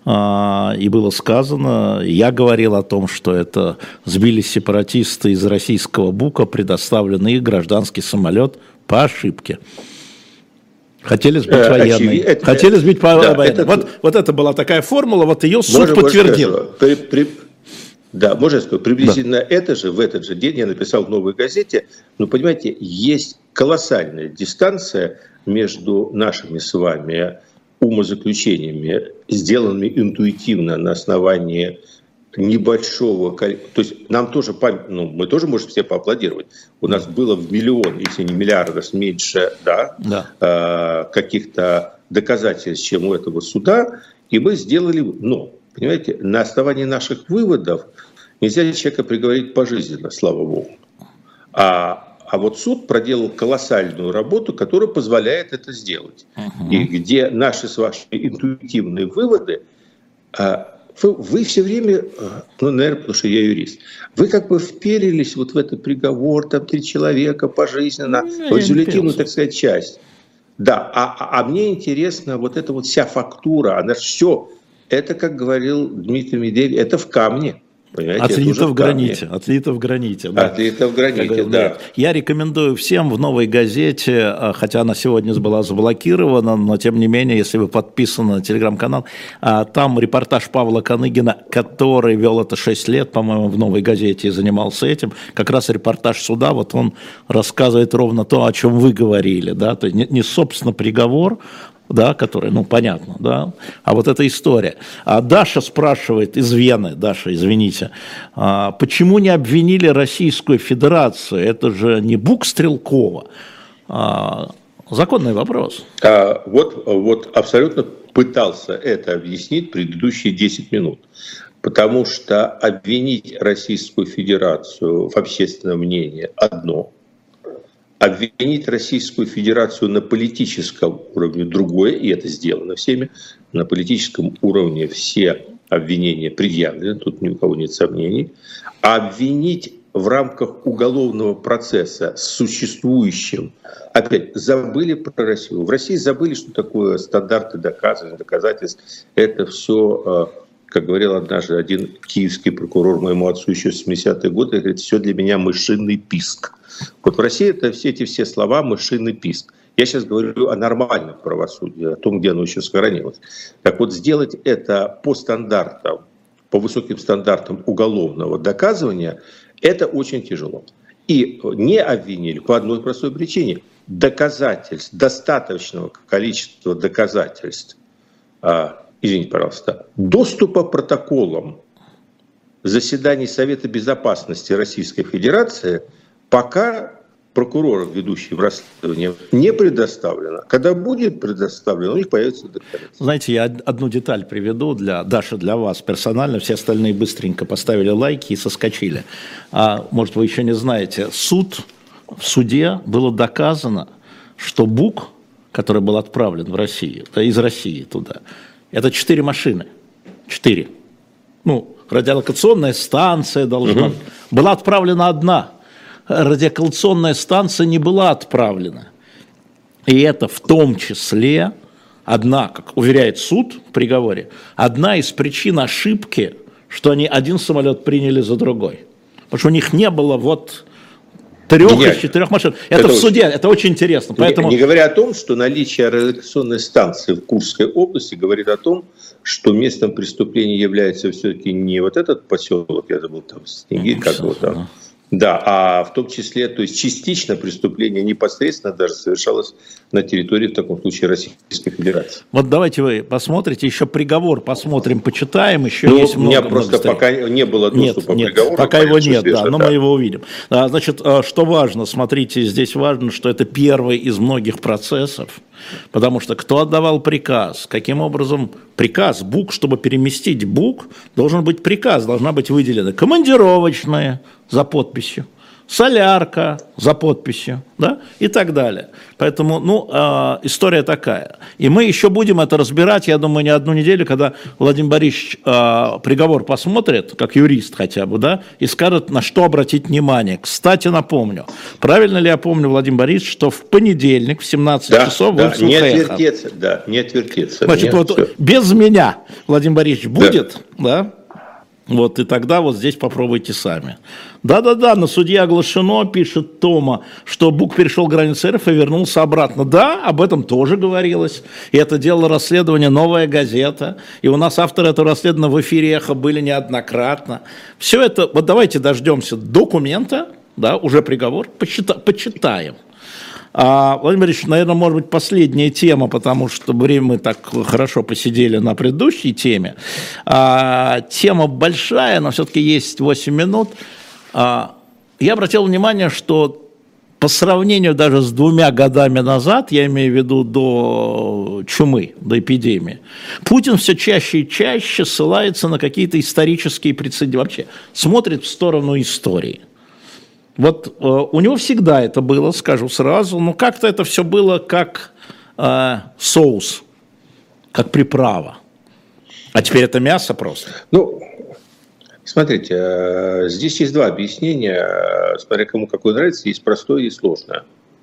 и было сказано, я говорил о том, что это сбили сепаратисты из российского БУКа, предоставленный их гражданский самолет по ошибке. Хотели сбить э, военный. Это, Хотели сбить да, военный. Это, вот, вот это была такая формула, вот ее суд может, подтвердил. Может, при, при, да, можно сказать, приблизительно да. это же, в этот же день я написал в «Новой газете». Но, понимаете, есть колоссальная дистанция между нашими с вами умозаключениями, сделанными интуитивно на основании небольшого, то есть нам тоже, ну, мы тоже можем все поаплодировать. У нас было в миллион, если не миллиард раз меньше, да, да. Э, каких-то доказательств, чем у этого суда, и мы сделали, ну, понимаете, на основании наших выводов нельзя человека приговорить пожизненно, слава богу. А, а вот суд проделал колоссальную работу, которая позволяет это сделать. Uh-huh. И где наши с вашими интуитивные выводы, Вы, вы все время, ну, наверное, потому что я юрист, вы как бы вперились вот в этот приговор, там, три человека пожизненно, ну, в результативную, так сказать, часть. Да, а, а мне интересно вот эта вот вся фактура, она все, это, как говорил Дмитрий Медведев, это в камне. Отлито в, в граните, отлито в граните. Да. Отлито в граните, да. Я рекомендую всем в «Новой газете», хотя она сегодня была заблокирована, но тем не менее, если вы подписаны на телеграм-канал, там репортаж Павла Коныгина, который вел это шесть лет, по-моему, в «Новой газете» и занимался этим, как раз репортаж суда, вот он рассказывает ровно то, о чем вы говорили, да, то есть не, не собственно приговор, да, который, ну, понятно, да, а вот эта история. А Даша спрашивает из Вены, Даша, извините, а почему не обвинили Российскую Федерацию? Это же не БУК Стрелкова. А, законный вопрос. А, вот, вот абсолютно пытался это объяснить предыдущие десять минут. Потому что обвинить Российскую Федерацию в общественном мнении одно, обвинить Российскую Федерацию на политическом уровне другое, и это сделано всеми. На политическом уровне все обвинения предъявлены, тут ни у кого нет сомнений. А обвинить в рамках уголовного процесса с существующим, опять, забыли про Россию. В России забыли, что такое стандарты доказывания, доказательств. Это все, как говорил однажды один киевский прокурор моему отцу еще в семидесятые годы, говорит, все для меня мышиный писк. Вот в России это все эти все слова мышиный писк. Я сейчас говорю о нормальном правосудии, о том, где оно еще сохранилось. Так вот, сделать это по стандартам, по высоким стандартам уголовного доказывания, это очень тяжело. И не обвинили по одной простой причине. Доказательств, достаточного количества доказательств, а, извините, пожалуйста, доступа к протоколам заседаний Совета Безопасности Российской Федерации пока прокурорам, ведущим расследование, не предоставлено. Когда будет предоставлено, у них появится доказательства. Знаете, я одну деталь приведу для Даши, для вас персонально. Все остальные быстренько поставили лайки и соскочили. А, может, вы еще не знаете, суд, в суде было доказано, что БУК, который был отправлен в Россию, из России туда, это четыре машины. Четыре. Ну, радиолокационная станция должна... Угу. Была отправлена одна. Радиолокационная станция не была отправлена. И это в том числе одна, как уверяет суд в приговоре, одна из причин ошибки, что они один самолет приняли за другой. Потому что у них не было вот трех из четырех машин. Это, это в суде, очень, это очень интересно. Поэтому... Не, не говоря о том, что наличие радиолокационной станции в Курской области говорит о том, что местом преступления является все-таки не вот этот поселок, я забыл, там, Снеги, как его там, Да, а в том числе, то есть частично преступление непосредственно даже совершалось на территории, в таком случае, Российской Федерации. Вот давайте вы посмотрите, еще приговор посмотрим, почитаем, еще ну, есть много. У меня просто много пока не было доступа нет, к приговору. Нет, пока его нет, свежее, да, но да. мы его увидим. Значит, что важно, смотрите, здесь важно, что это первый из многих процессов, потому что кто отдавал приказ, каким образом приказ, БУК, чтобы переместить БУК, должен быть приказ, должна быть выделена командировочная за подписью, солярка за подписью, да, и так далее. Поэтому, ну, э, история такая. И мы еще будем это разбирать, я думаю, не одну неделю, когда Владимир Борисович э, приговор посмотрит, как юрист хотя бы, да, и скажет, на что обратить внимание. Кстати, напомню, правильно ли я помню, Владимир Борисович, что в понедельник в семнадцать да, часов да, будет не отвертеться, да, не отвертеться. Значит, вот все. Без меня Владимир Борисович будет, да, да? Вот, и тогда вот здесь попробуйте сами. Да-да-да, на судье оглашено, пишет Тома, что БУК перешел границу РФ и вернулся обратно. Да, об этом тоже говорилось. И это делало расследование «Новая газета». И у нас авторы этого расследования в эфире «Эхо» были неоднократно. Все это, вот давайте дождемся документа, да, уже приговор, почита, почитаем. А, Владимир Борисович, наверное, может быть, последняя тема, потому что время мы так хорошо посидели на предыдущей теме. А, тема большая, но все-таки есть восемь минут. А, я обратил внимание, что по сравнению даже с двумя годами назад, я имею в виду до чумы, до эпидемии, Путин все чаще и чаще ссылается на какие-то исторические прецеденты, вообще смотрит в сторону истории. Вот э, у него всегда это было, скажу сразу, но как-то это все было как э, соус, как приправа. А теперь это мясо просто. Ну, смотрите, э, здесь есть два объяснения, смотря кому какое нравится, есть простое и сложное.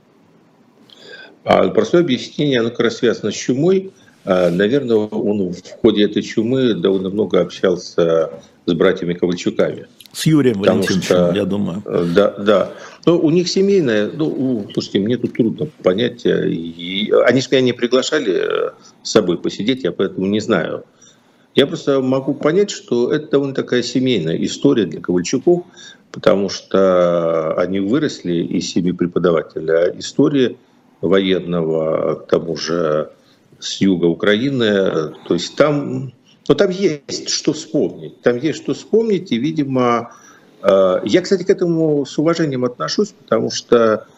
А простое объяснение, оно как раз связано с чумой. Э, наверное, он в ходе этой чумы довольно много общался с братьями Ковальчуками. С Юрием Валентиновичем, я думаю. Да, да. Но у них семейное, ну, слушайте, мне тут трудно понять. И они же меня не приглашали с собой посидеть, я поэтому не знаю. Я просто могу понять, что это довольно такая семейная история для Ковальчуков, потому что они выросли из семьи преподавателя истории военного, к тому же с юга Украины. То есть там... Но там есть что вспомнить. Там есть что вспомнить, и, видимо, я, кстати, к этому с уважением отношусь, потому что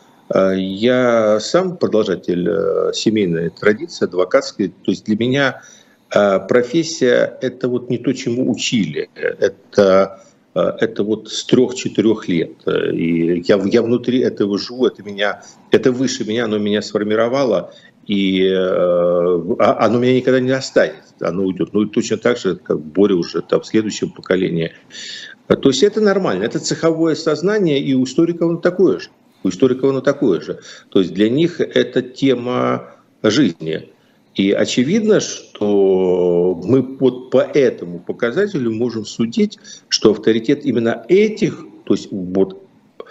я сам продолжатель семейной традиции, адвокатской. То есть для меня профессия – это вот не то, чему учили. Это, это вот с трех-четырех лет. И я, я внутри этого живу, это, меня, это выше меня, оно меня сформировало. И э, оно меня никогда не останет, оно уйдет. Ну и точно так же, как Боря уже там в следующем поколении. То есть это нормально, это цеховое сознание, и у историков оно такое же. У историков оно такое же. То есть для них это тема жизни. И очевидно, что мы вот по этому показателю можем судить, что авторитет именно этих, то есть вот,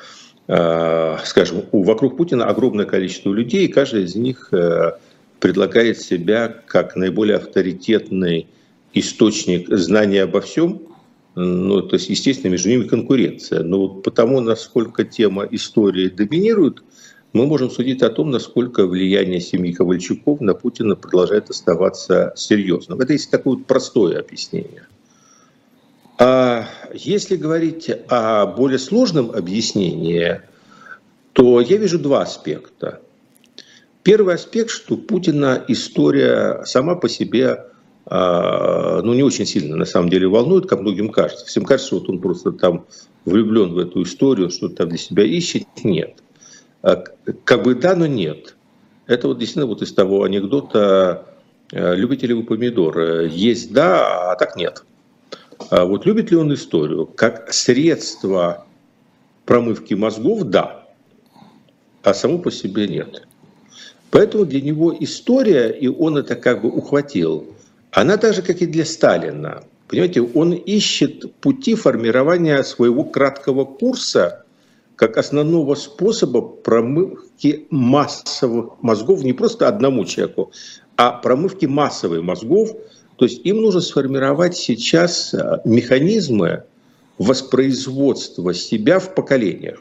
скажем, вокруг Путина огромное количество людей, и каждый из них предлагает себя как наиболее авторитетный источник знания обо всем. Ну, то есть, естественно, между ними конкуренция. Но вот потому, насколько тема истории доминирует, мы можем судить о том, насколько влияние семьи Ковальчуков на Путина продолжает оставаться серьезным. Это есть такое вот простое объяснение. А если говорить о более сложном объяснении, то я вижу два аспекта. Первый аспект, что Путина история сама по себе, ну, не очень сильно на самом деле волнует, как многим кажется. Всем кажется, что вот он просто там влюблен в эту историю, что-то там для себя ищет. Нет. Как бы да, но нет. Это вот действительно вот из того анекдота «Любите ли вы помидоры?» Есть да, а так нет. Вот любит ли он историю? Как средство промывки мозгов – да, а само по себе нет. Поэтому для него история, и он это как бы ухватил, она так же, как и для Сталина. Понимаете, он ищет пути формирования своего краткого курса как основного способа промывки массовых мозгов не просто одному человеку, а промывки массовых мозгов. То есть им нужно сформировать сейчас механизмы, воспроизводства себя в поколениях.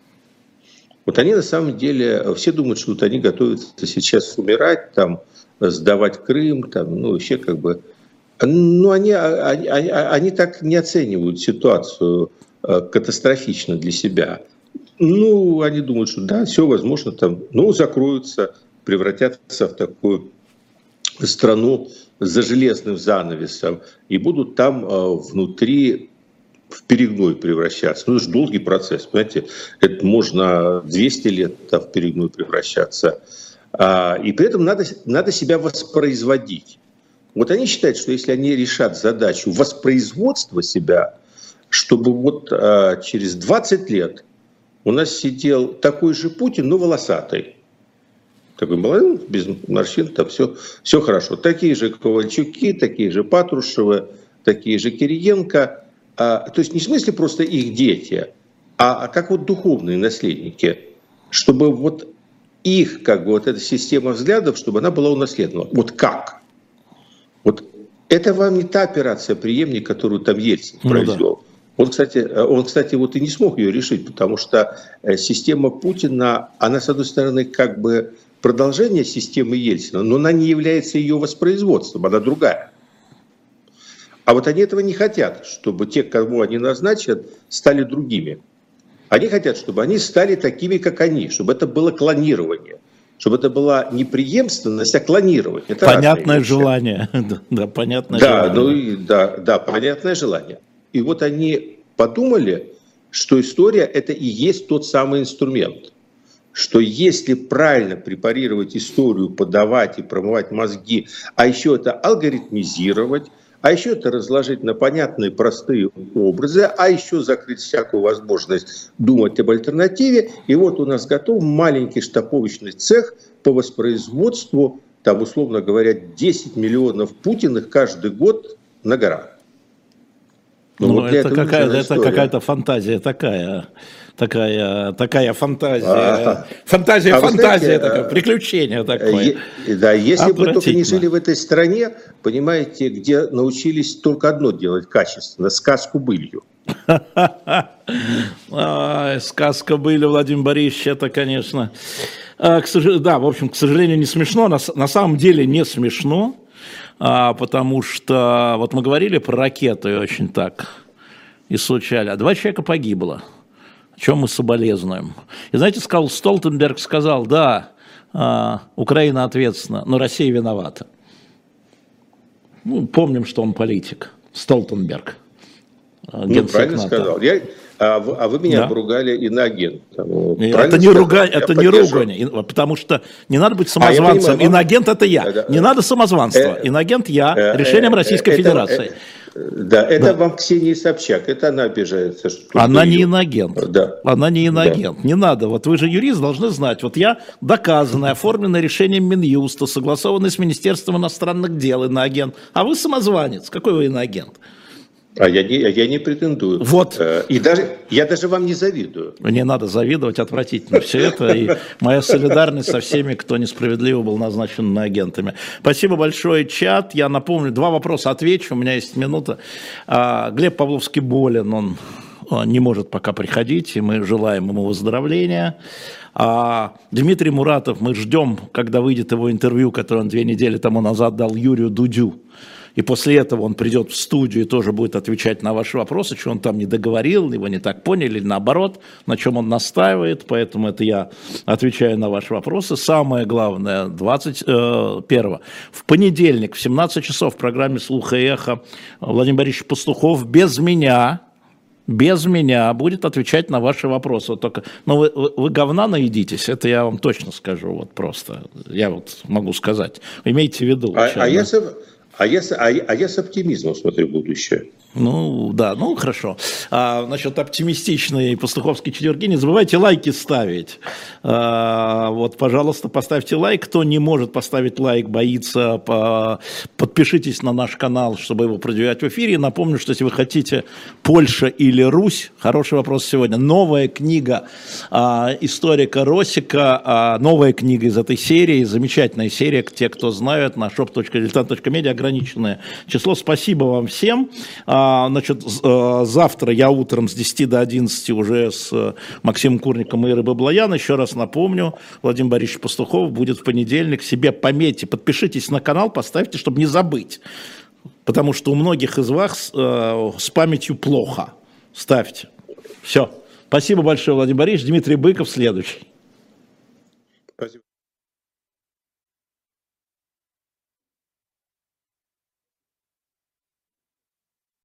Вот они на самом деле, все думают, что вот они готовятся сейчас умирать, там, сдавать Крым, там, ну, вообще как бы... Ну, они, они, они, они так не оценивают ситуацию катастрофично для себя. Ну, они думают, что да, все возможно, там, ну, закроются, превратятся в такую страну за железным занавесом и будут там внутри в перегной превращаться. Ну, это же долгий процесс, понимаете, это можно двести лет там, в перегной превращаться. И при этом надо, надо себя воспроизводить. Вот они считают, что если они решат задачу воспроизводства себя, чтобы вот а, через двадцать лет у нас сидел такой же Путин, но волосатый. Такой молодой, без морщин, там все, все хорошо. Такие же Ковальчуки, такие же Патрушевы, такие же Кириенко. А, то есть не в смысле просто их дети, а, а как вот духовные наследники. Чтобы вот их, как бы вот эта система взглядов, чтобы она была унаследована. Вот как? Вот это вам не та операция преемник, которую там Ельцин ну, произвел. Да. Он, кстати, он, кстати, вот и не смог ее решить, потому что система Путина, она, с одной стороны, как бы продолжение системы Ельцина, но она не является ее воспроизводством, она другая. А вот они этого не хотят, чтобы те, кого они назначат, стали другими. Они хотят, чтобы они стали такими, как они, чтобы это было клонирование. Чтобы это была не преемственность, а клонирование. Это понятное желание. Да, понятное да, желание. Ну, да, да, понятное желание. И вот они подумали, что история – это и есть тот самый инструмент. Что если правильно препарировать историю, подавать и промывать мозги, а еще это алгоритмизировать, а еще это разложить на понятные, простые образы, а еще закрыть всякую возможность думать об альтернативе. И вот у нас готов маленький штамповочный цех по воспроизводству, там, условно говоря, десять миллионов Путиных каждый год на горах. Ну, вот это какая-то, это какая-то фантазия такая. Такая, такая фантазия, а, фантазия, а фантазия, знаете, такое, приключение такое. Е, да, если бы вы только не жили в этой стране, понимаете, где научились только одно делать качественно, сказку былью. Сказка былью, Владимир Борисович, это, конечно, да, в общем, к сожалению, не смешно, на самом деле не смешно, потому что, вот мы говорили про ракеты очень так, и случайно, а два человека погибло. О чем мы соболезнуем. И знаете, сказал, Столтенберг сказал, да, э, Украина ответственна, но Россия виновата. Ну, помним, что он политик. Столтенберг. Э, ну, правильно НАТО. Сказал. Я, а, вы, а вы меня да. обругали иноагент. Это не, руга, это не ругань, потому что не надо быть самозванцем. А иноагент это я. Да, не да. надо самозванства. Э, Иноагент я э, решением э, Российской э, Федерации. Э, Да, это да. вам Ксения Собчак, это она обижается. Что она не иноагент, да. она не иноагент, да. не надо, вот вы же юрист, должны знать, вот я доказанный, оформленный решением Минюста, согласованный с Министерством иностранных дел иноагент, а вы самозванец, какой вы иноагент? А я не, я не претендую. Вот. И даже, я даже вам не завидую. Не надо завидовать, отвратительно все это. И моя солидарность со всеми, кто несправедливо был назначен на агентами. Спасибо большое, чат. Я напомню, два вопроса отвечу, у меня есть минута. Глеб Павловский болен, он не может пока приходить, и мы желаем ему выздоровления. А Дмитрий Муратов, мы ждем, когда выйдет его интервью, которое он две недели тому назад дал Юрию Дудю. И после этого он придет в студию и тоже будет отвечать на ваши вопросы, что он там не договорил, его не так поняли, или наоборот, на чем он настаивает. Поэтому это я отвечаю на ваши вопросы. Самое главное, двадцать первого в понедельник в семнадцать часов в программе «Слух и эхо» Владимир Борисович Пастухов без меня, без меня будет отвечать на ваши вопросы. Вот только, ну, вы, вы, вы говна наедитесь, это я вам точно скажу, вот просто, я вот могу сказать. Имейте в виду. А, сейчас, а да? я... А я, а, а я с оптимизмом смотрю будущее. Ну, да, ну, хорошо. А, насчет оптимистичной пастуховской четверги, не забывайте лайки ставить. А, вот, пожалуйста, поставьте лайк. Кто не может поставить лайк, боится, по... подпишитесь на наш канал, чтобы его продвигать в эфире. Напомню, что если вы хотите Польша или Русь, хороший вопрос сегодня. Новая книга а, историка Росика, а, новая книга из этой серии, замечательная серия, те, кто знают, на shop точка дилетант точка медиа, ограниченное число. Спасибо вам всем. А, А, значит, завтра я утром с десяти до одиннадцати уже с Максимом Курником и Ирой Баблоян. Еще раз напомню, Владимир Борисович Пастухов будет в понедельник. Себе пометьте, подпишитесь на канал, поставьте, чтобы не забыть. Потому что у многих из вас э, с памятью плохо. Ставьте. Все. Спасибо большое, Владимир Борисович. Дмитрий Быков, следующий.